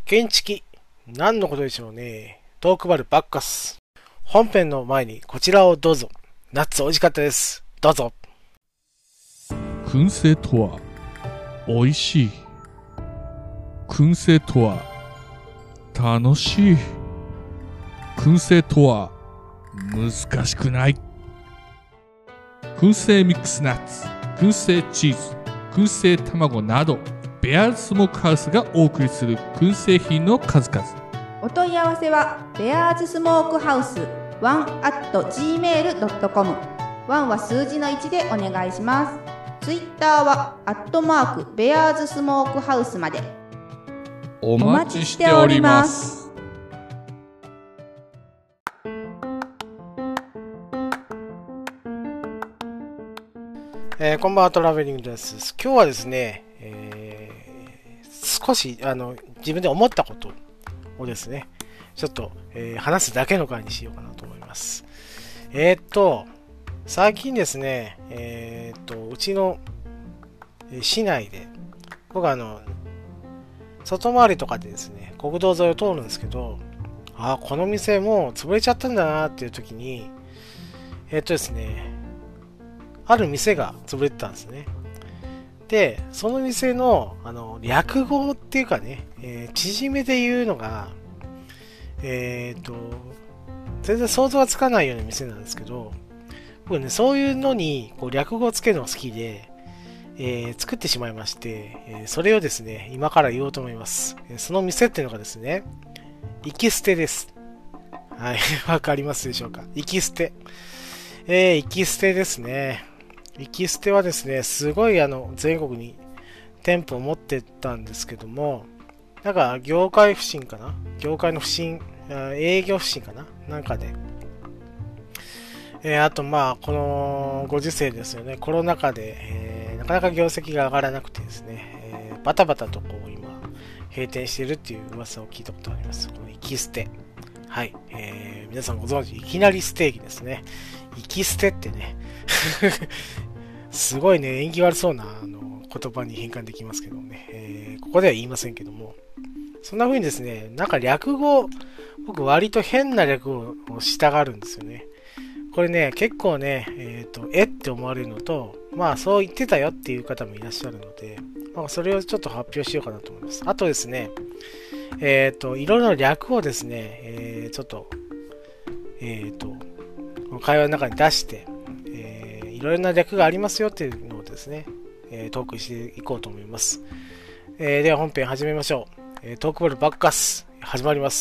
建築何のことでしょうね。トークバルバッカス。本編の前にこちらをどうぞ。ナッツ美味しかったです。どうぞ。 燻製とは美味しい。燻製とは楽しい。燻製とは難しくない。燻製ミックスナッツ、燻製チーズ、燻製卵など、ベアーズスモークハウスがお送りする燻製品の数々。 お問い合わせはベアーズスモークハウス 1@gmail.com。 1は数字の1でお願いします。ツイッターはベアーズスモークハウスまで。 お待ちしております。 こんばんは、トラベリングです。今日はですね、少し自分で思ったことをですね、ちょっと、話すだけの回にしようかなと思います。最近ですね、うちの市内で、僕は外回りとかでですね、国道沿いを通るんですけど、この店もう潰れちゃったんだなっていう時に、ですね、ある店が潰れてたんですね。で、その店の、略語っていうかね、縮めで言うのが、全然想像がつかないような店なんですけど、僕ね、そういうのにこう略語をつけるのが好きで、作ってしまいまして、それをですね、今から言おうと思います。その店っていうのがですね、行き捨てです。はい、わかりますでしょうか。行き捨て。行き捨てですね。行き捨てはですね、すごい全国に店舗を持ってたんですけども、なんか業界不振かな、業界の不振、営業不振かななんかで。あとこのご時世ですよね、コロナ禍で、なかなか業績が上がらなくてですね、バタバタとこう今、閉店しているっていう噂を聞いたことがあります。この行き捨て。はい。皆さんご存知、いきなりステーキですね。行き捨てってね、すごいね、縁起悪そうな言葉に変換できますけどね、ここでは言いませんけども、そんな風にですね、なんか略語、僕割と変な略語をしたがるんですよね。これね、結構ね、って思われるのと、そう言ってたよっていう方もいらっしゃるので、それをちょっと発表しようかなと思います。あとですね、いろいろな略をですね、ちょっと、会話の中に出して、いろいろな略がありますよっていうのをですね、トークしていこうと思います。では本編始めましょう。トークボールバッカス始まります。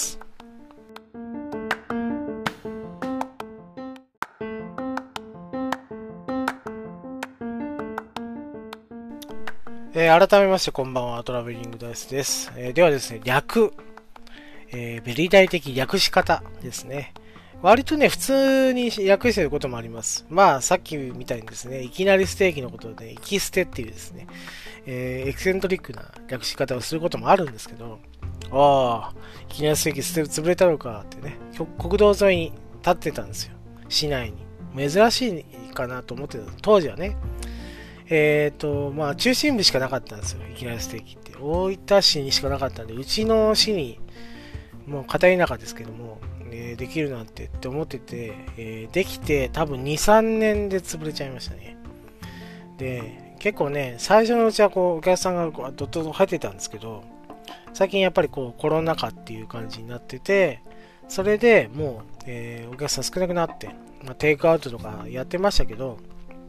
改めましてこんばんは、トラベリングダイスです。ではですね、略、ベリダイ的略し方ですね。割とね、普通に略してることもあります。さっきみたいにですね、いきなりステーキのことで、行き捨てっていうですね、エキセントリックな略し方をすることもあるんですけど、いきなりステーキ潰れたのかってね、国道沿いに立ってたんですよ。市内に。珍しいかなと思ってた。当時はね。中心部しかなかったんですよ。いきなりステーキって。大分市にしかなかったんで、うちの市に、もう片田舎ですけども、できるなんてって思ってて、できて多分2、3年で潰れちゃいましたね。で、結構ね、最初のうちはこうお客さんがこうどっと入ってたんですけど、最近やっぱりこうコロナ禍っていう感じになってて、それでもう、お客さん少なくなって、テイクアウトとかやってましたけど、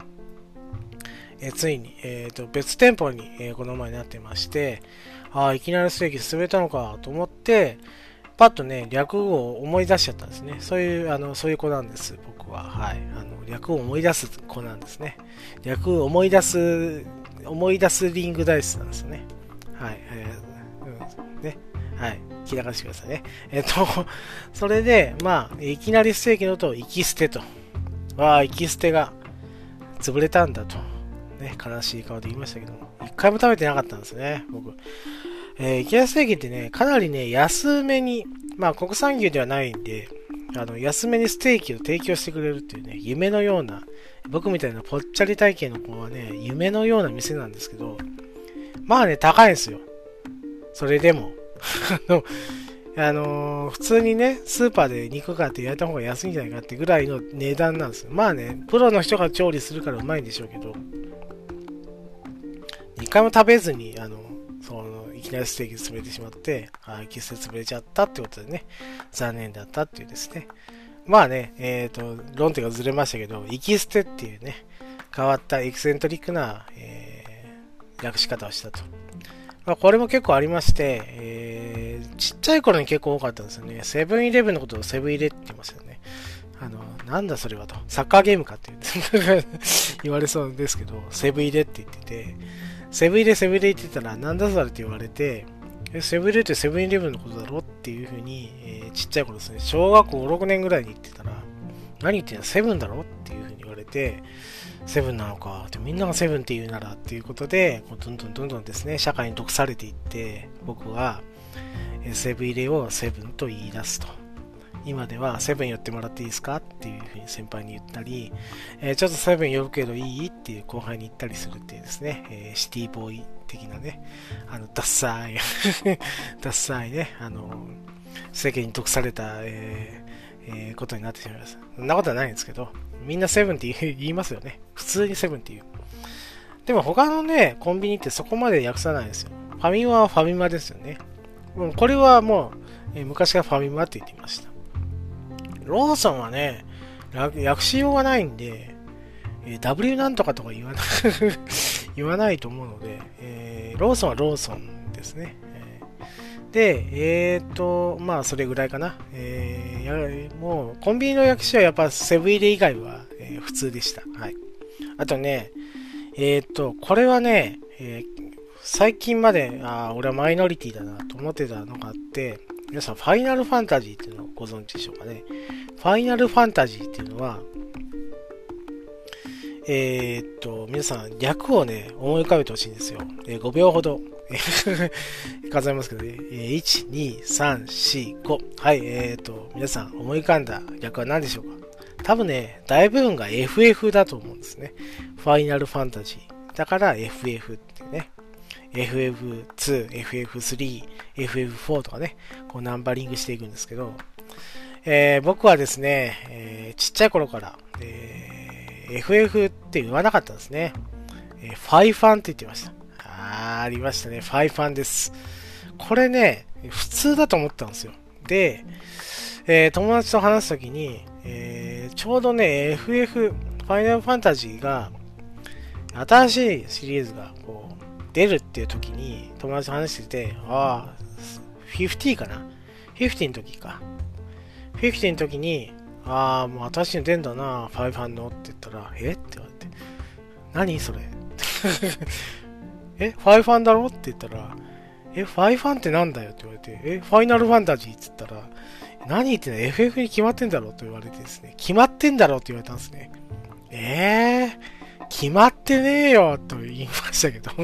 ついに、別店舗に、この前になってまして、いきなりステーキ潰れたのかと思って、パッとね、略語を思い出しちゃったんですね。そういう子なんです、僕は。はい。略を思い出す子なんですね。略を思い出すリングダイスなんですね。はい。ね。はい。聞き流してくださいね。それで、いきなりステーキのと、行き捨てと。行き捨てが潰れたんだと。ね、悲しい顔で言いましたけども。一回も食べてなかったんですね、僕。いきなりステーキってね、かなりね、安めに、国産牛ではないんで、安めにステーキを提供してくれるっていうね、夢のような、僕みたいなぽっちゃり体型の子はね、夢のような店なんですけど、高いんですよ。それでも、 普通にね、スーパーで肉買って焼いた方が安いんじゃないかってぐらいの値段なんですよ。まあね、プロの人が調理するからうまいんでしょうけど、一回も食べずに、いきなりステーキ潰れてしまって、キスで潰れちゃったってことでね、残念だったっていうですね。まあね、論点がずれましたけど、イキステっていうね、変わったエキセントリックな、略し方をしたと。まあ、これも結構ありまして、ちっちゃい頃に結構多かったんですよね。セブンイレブンのことをセブンイレって言いますよね。なんだそれはと。サッカーゲームかって言われそうですけど、セブンイレって言ってて、セブンイレ言ってたら、なんだそれって言われて、セブンイレってセブンイレブンのことだろっていう風に、ちっちゃい頃ですね、小学校5、6年ぐらいに言ってたら、何言ってんのセブンだろっていう風に言われて、セブンなのかって、みんながセブンって言うならっていうことで、どんどんですね、社会に毒されていって、僕は、セブン入れをセブンと言い出すと。今ではセブン寄ってもらっていいですかっていうふうに先輩に言ったり、ちょっとセブン寄るけどいいっていう後輩に言ったりするっていうですね、シティボーイ的なね、ダッサいダッサいね、世間に毒された、ことになってしまいます。そんなことはないんですけど、みんなセブンって言いますよね。普通にセブンって言う。でも他のね、コンビニってそこまで訳さないですよ。ファミマはファミマですよね。これはもう、昔からファミマって言っていました。ローソンはね、訳しようがないんで、W なんとかとか言わないと思うので、ローソンはローソンですね。で、まあ、それぐらいかな。もう、コンビニの訳しはやっぱセブン入れ以外は、普通でした。はい。あとね、これはね、最近まで、俺はマイノリティだなと思ってたのがあって、皆さん、ファイナルファンタジーっていうのをご存知でしょうかね。ファイナルファンタジーっていうのは、皆さん、略をね、思い浮かべてほしいんですよ。5秒ほど。数えますけどね。1、2、3、4、5。はい、皆さん、思い浮かんだ略は何でしょうか。多分ね、大部分が FF だと思うんですね。ファイナルファンタジー。だから FF ってね。FF2、FF3、FF4 とかね、こうナンバリングしていくんですけど、僕はですね、ちっちゃい頃から、FF って言わなかったんですね。ファイファンって言ってました。ありましたね。ファイファンです。これね、普通だと思ったんですよ。で、友達と話すときに、ちょうどね、FF、ファイナルファンタジーが、新しいシリーズがこう出るっていう時に友達と話してて、50かな ?50 の時か。50の時に、もう新しいの出んだな、ファイファンのって言ったら、って言われて、何それファイファンだろって言ったら、ファイファンってなんだよって言われて、ファイナルファンタジーって言ったら、何言ってんの ?FF に決まってんだろと言われてですね、決まってんだろって言われたんですね。決まってねえよと言いましたけど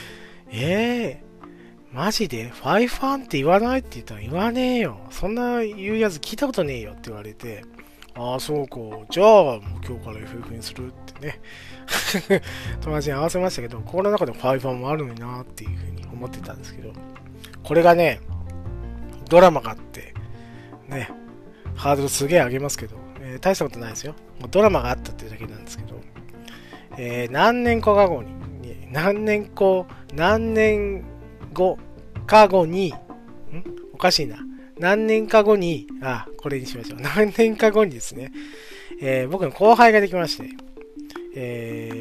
マジでファイファンって言わないって言ったら言わねえよ。そんな言うやつ聞いたことねえよって言われて、そうか。じゃあ、もう今日から FF にするってね。友達に合わせましたけど、心の中でファイファンもあるのになっていうふうに思ってたんですけど、これがね、ドラマがあって、ね、ハードルすげえ上げますけど、大したことないですよ。もうドラマがあったっていうだけなんですけど、何年後か後に、おかしいな。何年か後に、これにしましょう。何年か後にですね、僕の後輩ができまして、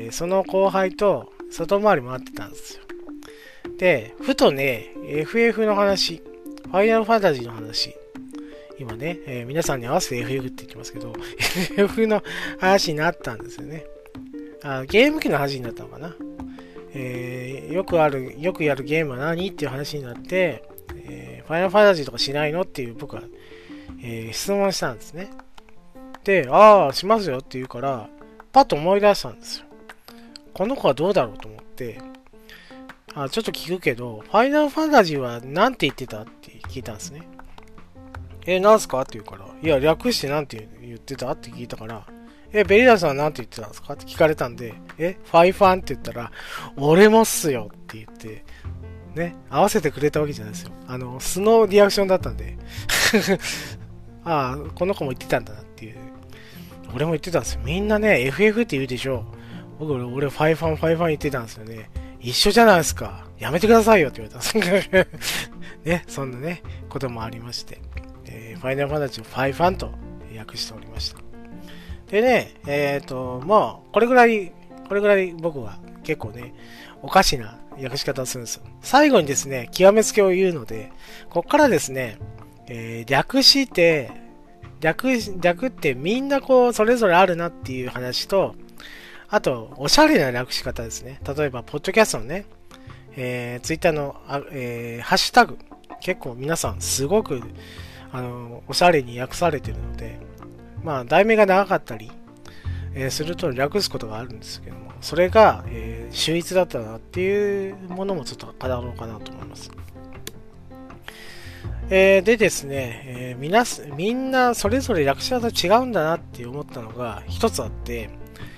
その後輩と外回り回ってたんですよ。で、ふとね、FF の話、ファイナルファンタジーの話、今ね、皆さんに合わせて FF って言ってますけど、FF の話になったんですよね。ゲーム機の話になったのかな。よくやるゲームは何っていう話になって、ファイナルファンタジーとかしないのっていう僕は、質問したんですね。で、しますよって言うから、パッと思い出したんですよ。この子はどうだろうと思って、ちょっと聞くけど、ファイナルファンタジーは何て言ってたって聞いたんですね。なんすかって言うから、いや、略して何て言ってたって聞いたから、ベリダさんは何て言ってたんですかって聞かれたんで、ファイファンって言ったら、俺もっすよって言って、 ね、合わせてくれたわけじゃないですよ。素のリアクションだったんで。ああ、この子も言ってたんだなっていう。俺も言ってたんですよ。みんなね、FF って言うでしょ。俺、ファイファン言ってたんですよね。一緒じゃないですか。やめてくださいよって言われたんです。ね、そんなね、こともありまして。ファイナルファンタジーをファイファンと訳しておりました。でね、まあ、これぐらい僕は結構ね、おかしな訳し方をするんですよ。最後にですね、極めつけを言うので、こっからですね、略ってみんなこう、それぞれあるなっていう話と、あと、おしゃれな略し方ですね。例えば、ポッドキャストのね、ツイッターの、ハッシュタグ、結構皆さんすごく、おしゃれに訳されてるので、まあ、題名が長かったり、すると略すことがあるんですけども、それが、秀逸だったなっていうものもちょっと語ろうかなと思います。でですね、みんなそれぞれ略し方違うんだなって思ったのが一つあって、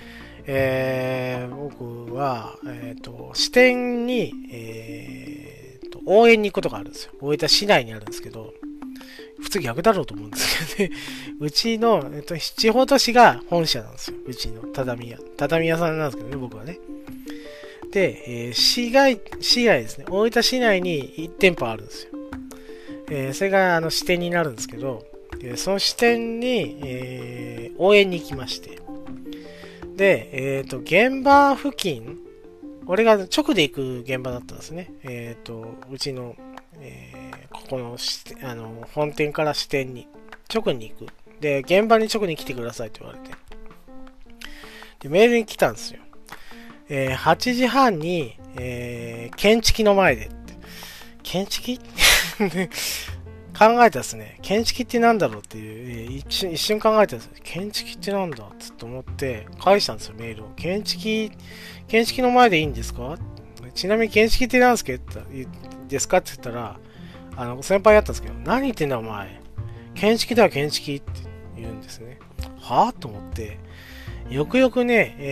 僕は、支店に、応援に行くことがあるんですよ。大分市内にあるんですけど、普通逆だろうと思うんですけどね。うちの、地方都市が本社なんですよ。うちの畳屋さんなんですけどね、僕はね。で、市外ですね。大分市内に1店舗あるんですよ。それが支店になるんですけど、その支店に、応援に行きまして。で、現場付近、俺が直で行く現場だったんですね。うちの、ここの本店から支店に直に行く。で、現場に直に来てくださいって言われて。で、メールに来たんですよ。8時半に、検知器の前でって。検知器考えたですね。検知器ってなんだろうっていう、一瞬考えたんですよ。検知器ってなんだって思って返したんですよ、メールを。検知器の前でいいんですか？ちなみに検知器ってなんですかって言ったら、先輩やったんですけど、何言ってんだお前。検知器だよ、検知器って言うんですね。はぁと思って、よくよく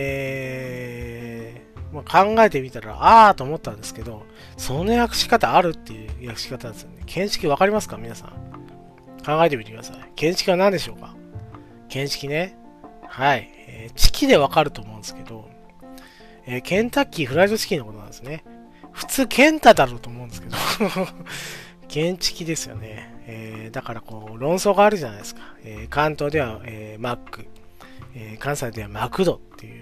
ね、まあ、考えてみたら、と思ったんですけど、その訳し方あるっていう訳し方ですよね。検知器わかりますか皆さん。考えてみてください。検知器は何でしょうか？検知器ね。はい。チキでわかると思うんですけど、ケンタッキーフライドチキンのことなんですね。普通ケンタだろうと思うんですけど、検知器ですよね。だからこう、論争があるじゃないですか。関東では、マック、関西ではマクドっていう、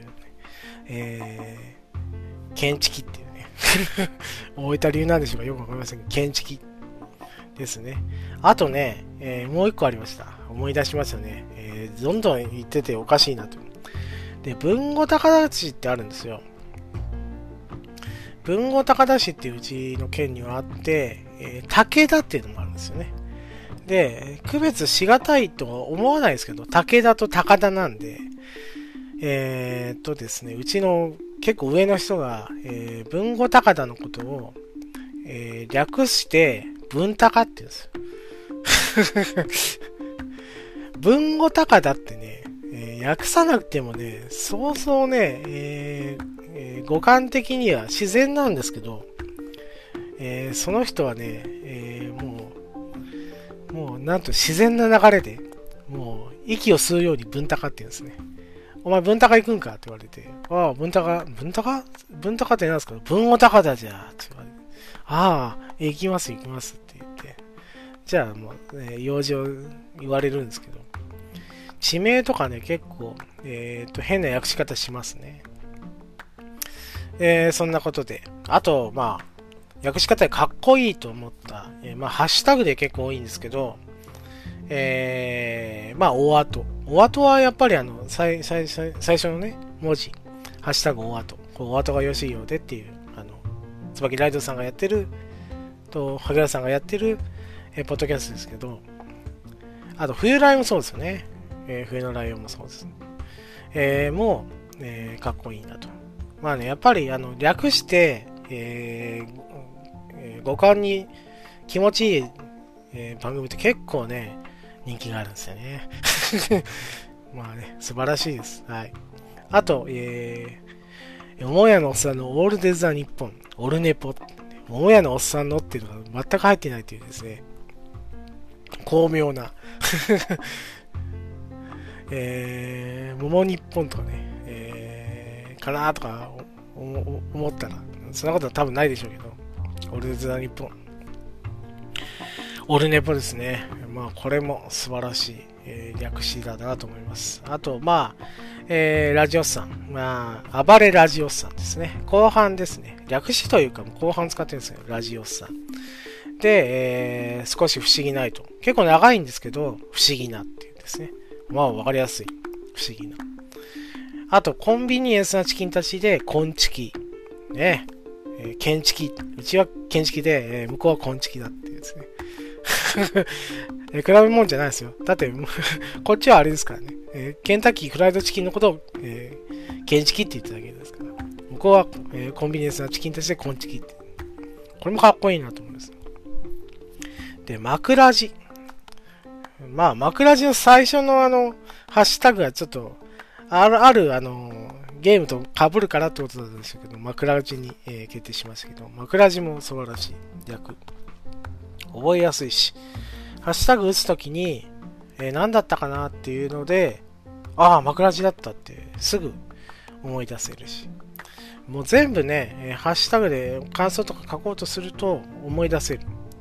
検知器っていうね。大分流なんでしょうかよくわかりませんけど、検知器ですね。あとね、もう一個ありました。思い出しましたね。どんどん言ってておかしいなと。で、豊後高田市ってあるんですよ。豊後高田市っていううちの県にはあって、武田っていうのもあるんですよね。で、区別しがたいとは思わないですけど、武田と高田なんで、ですね、うちの結構上の人が、豊後高田のことを、略して、文高って言うんですよ。豊後高田ってね、訳さなくてもね、そうそうね、五感的には自然なんですけど、その人はね、もうなんと自然な流れで、もう息を吸うように文高って言うんですね。お前文高行くんかって言われて、ああ、文高って何ですか？豊後高田じゃって言われて、ああ、行きますって言って、じゃあもう、用事を言われるんですけど、地名とかね、結構、変な訳し方しますね。そんなことで。あと、まあ、訳し方でかっこいいと思った。まあ、ハッシュタグで結構多いんですけど、まあ、お後。お後はやっぱり最初のね、文字。ハッシュタグお後。お後がよしいようでっていう、椿ライドさんがやってる、萩原さんがやってる、ポッドキャストですけど、あと、冬ライオンもそうですよね。冬のライオンもそうです。もう、かっこいいなと。まあね、やっぱり、略して、五感に気持ちいい、番組って結構ね、人気があるんですよね。まあね、素晴らしいです。はい。あと、母屋のおっさんのオールデザニッポン、オルネポ。 桃屋のおっさんのっていうのが全く入っていないというですね、巧妙な桃日本とかね、かなとか思ったら、そんなことは多分ないでしょうけど、オルザ日本。オルネポですね。まあ、これも素晴らしい、略詞だなと思います。あと、まあ、ラジオスさん。まあ、暴れラジオスさんですね。後半ですね。略詞というか、後半使ってるんですよ。ラジオスさん。で、少し不思議ないと。結構長いんですけど、不思議なっていうですね。まあ、わかりやすい。不思議な。あと、コンビニエンスなチキンたちで、コンチキ。ね。ケンチキ。うちはケンチキで、向こうはコンチキだっていうですね。比べ物じゃないですよ。だって、こっちはあれですからね。ケンタッキーフライドチキンのことを、ケンチキって言ってただけですから。向こうは、コンビニエンスなチキンたちでコンチキって。これもかっこいいなと思います。で、枕地。まあ、枕地の最初のハッシュタグがちょっと、あるゲームと被るからってことなんですけど、枕地に、決定しましたけど、枕地も素晴らしい略。覚えやすいし、ハッシュタグ打つときに、何だったかなっていうので、ああ、枕地だったってすぐ思い出せるし、もう全部ね、ハッシュタグで感想とか書こうとすると思い出せる、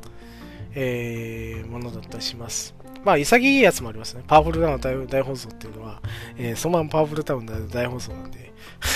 ものだったりします。まあ、潔いやつもありますね。パワフルタウンの大放送っていうのは、そのままパワフルタウンの大放送なんで、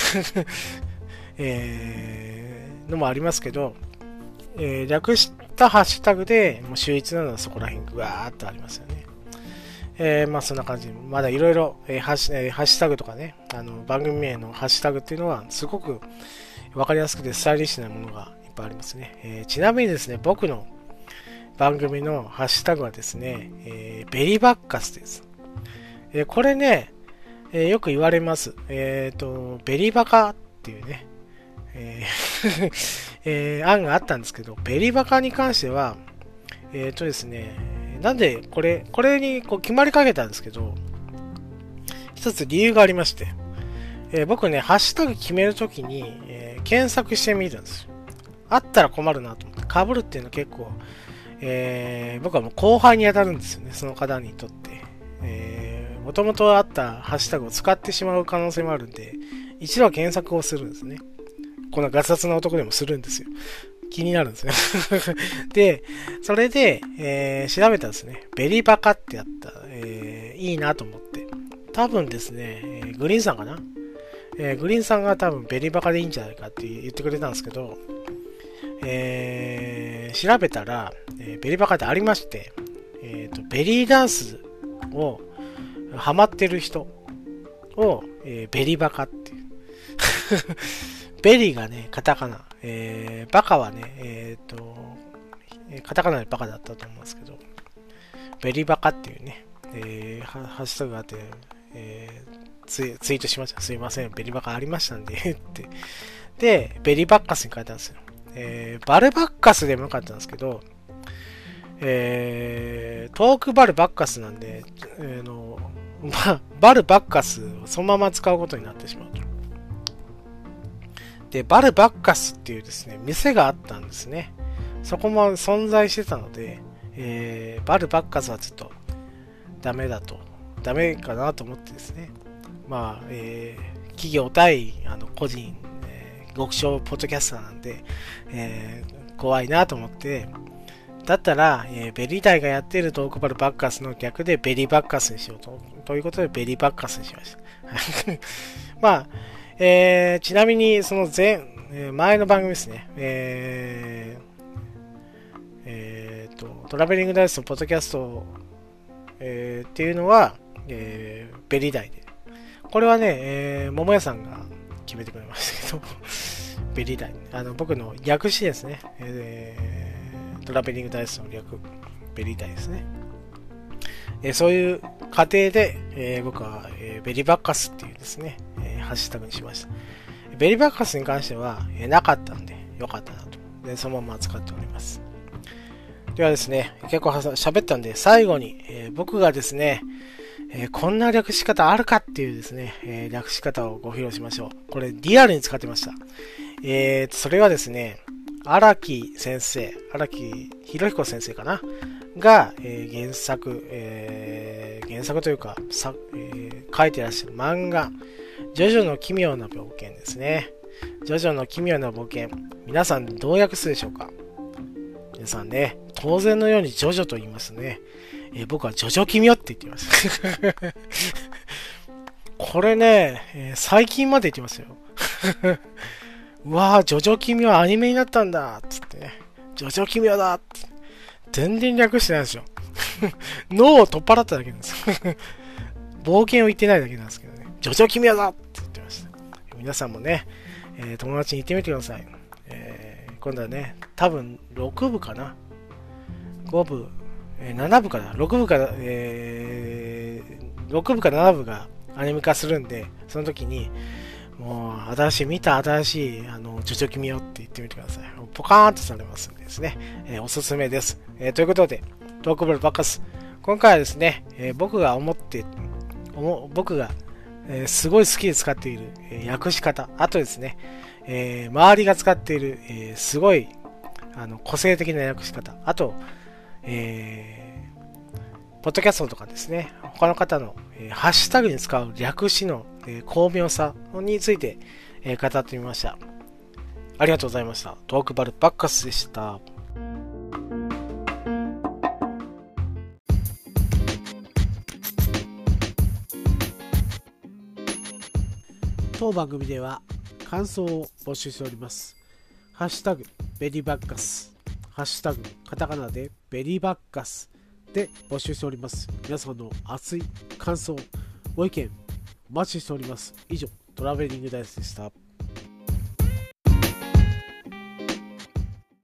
のもありますけど、略したハッシュタグで、もう秀逸なのはそこら辺ぐわーっとありますよね。まあそんな感じで、まだいろいろハッシュタグとかね、番組名のハッシュタグっていうのはすごくわかりやすくてスタイリッシュなものがいっぱいありますね。ちなみにですね、僕の番組のハッシュタグはですね、ベリバッカスです。これね、よく言われます。ベリバカっていうね、案があったんですけど、ベリバカに関しては、ですね、なんでこれにこう決まりかけたんですけど、一つ理由がありまして、僕ね、ハッシュタグ決めるときに、検索してみるんですよ。あったら困るなと思って、被るっていうのは結構、僕はもう後輩に当たるんですよね、その方にとって。もともとあったハッシュタグを使ってしまう可能性もあるんで、一度は検索をするんですね。このガサツな男でもするんですよ。気になるんですよ。で、それで、調べたんですね。ベリバカってやった、いいなと思って。多分ですね、グリーンさんかな、グリーンさんが多分ベリバカでいいんじゃないかって言ってくれたんですけど、調べたら、ベリバカってありまして、ベリーダンスをハマってる人を、ベリバカっていう。ベリーがね、カタカナ、バカはね、カタカナでバカだったと思うんですけど、ベリバカっていうね、ハッシュタグがあって、ツイートしました。すいません、ベリバカありましたんでって。で、ベリバッカスに変えたんですよ。バルバッカスでもよかったんですけど、トークバルバッカスなんで、バルバッカスをそのまま使うことになってしまうと。で、バルバッカスっていうですね、店があったんですね。そこも存在してたので、バルバッカスはちょっとダメかなと思ってですね。まあ、企業対個人、極小ポッドキャスターなんで、怖いなと思って、だったら、ベリーダイがやっているトークバルバッカスの逆でベリーバッカスにしようということでベリーバッカスにしました。まあ、ちなみにその前の番組ですね、トラベリングダイスのポッドキャスト、っていうのは、ベリーダイで、これはね、桃屋さんが決めてくれましたけどベリーダイ、僕の略詞ですね、トラベリングダイスの略、ベリーダイですね。そういう過程で、僕は、ベリバッカスっていうですね、ハッシュタグにしました。ベリバッカスに関しては、なかったんでよかったなと。で、そのまま使っております。ではですね、結構喋ったんで、最後に、僕がですね、こんな略し方あるかっていうですね、略し方をご披露しましょう。これリアルに使ってました。それはですね、 荒木先生、荒木博彦先生かなが、原作というか、書いてらっしゃる漫画、ジョジョの奇妙な冒険ですね。ジョジョの奇妙な冒険。皆さんどう訳すでしょうか？皆さんね、当然のようにジョジョと言いますね。僕はジョジョ奇妙って言っています。これね、最近まで言ってますよ。うわぁ、ジョジョ奇妙アニメになったんだっつってね。ジョジョ奇妙だって。全然略してないですよ。脳を取っ払っただけなんです。冒険を言ってないだけなんですけどね。ジョジョ奇妙だって言ってました。皆さんもね、友達に言ってみてください。今度はね、多分6部かな。5部、7部かな。6部か、6部か7部がアニメ化するんで、その時に、もう、新しい、ジョジョ奇妙って言ってみてください。ポカーンとされますんでですね。おすすめです。ということで、トークバルバッカス。今回はですね、僕がすごい好きで使っている、訳し方。あとですね、周りが使っている、すごい、個性的な訳し方。あと、ポッドキャストとかですね、他の方の、ハッシュタグに使う略詞の、巧妙さについて、語ってみました。ありがとうございました。トークバルバッカスでした。当番組では感想を募集しております。ハッシュタグベリーバッカス、ハッシュタグカタカナでベリーバッカスで募集しております。皆さんの熱い感想、ご意見お待ちしております。以上、トラベリングダイスでした。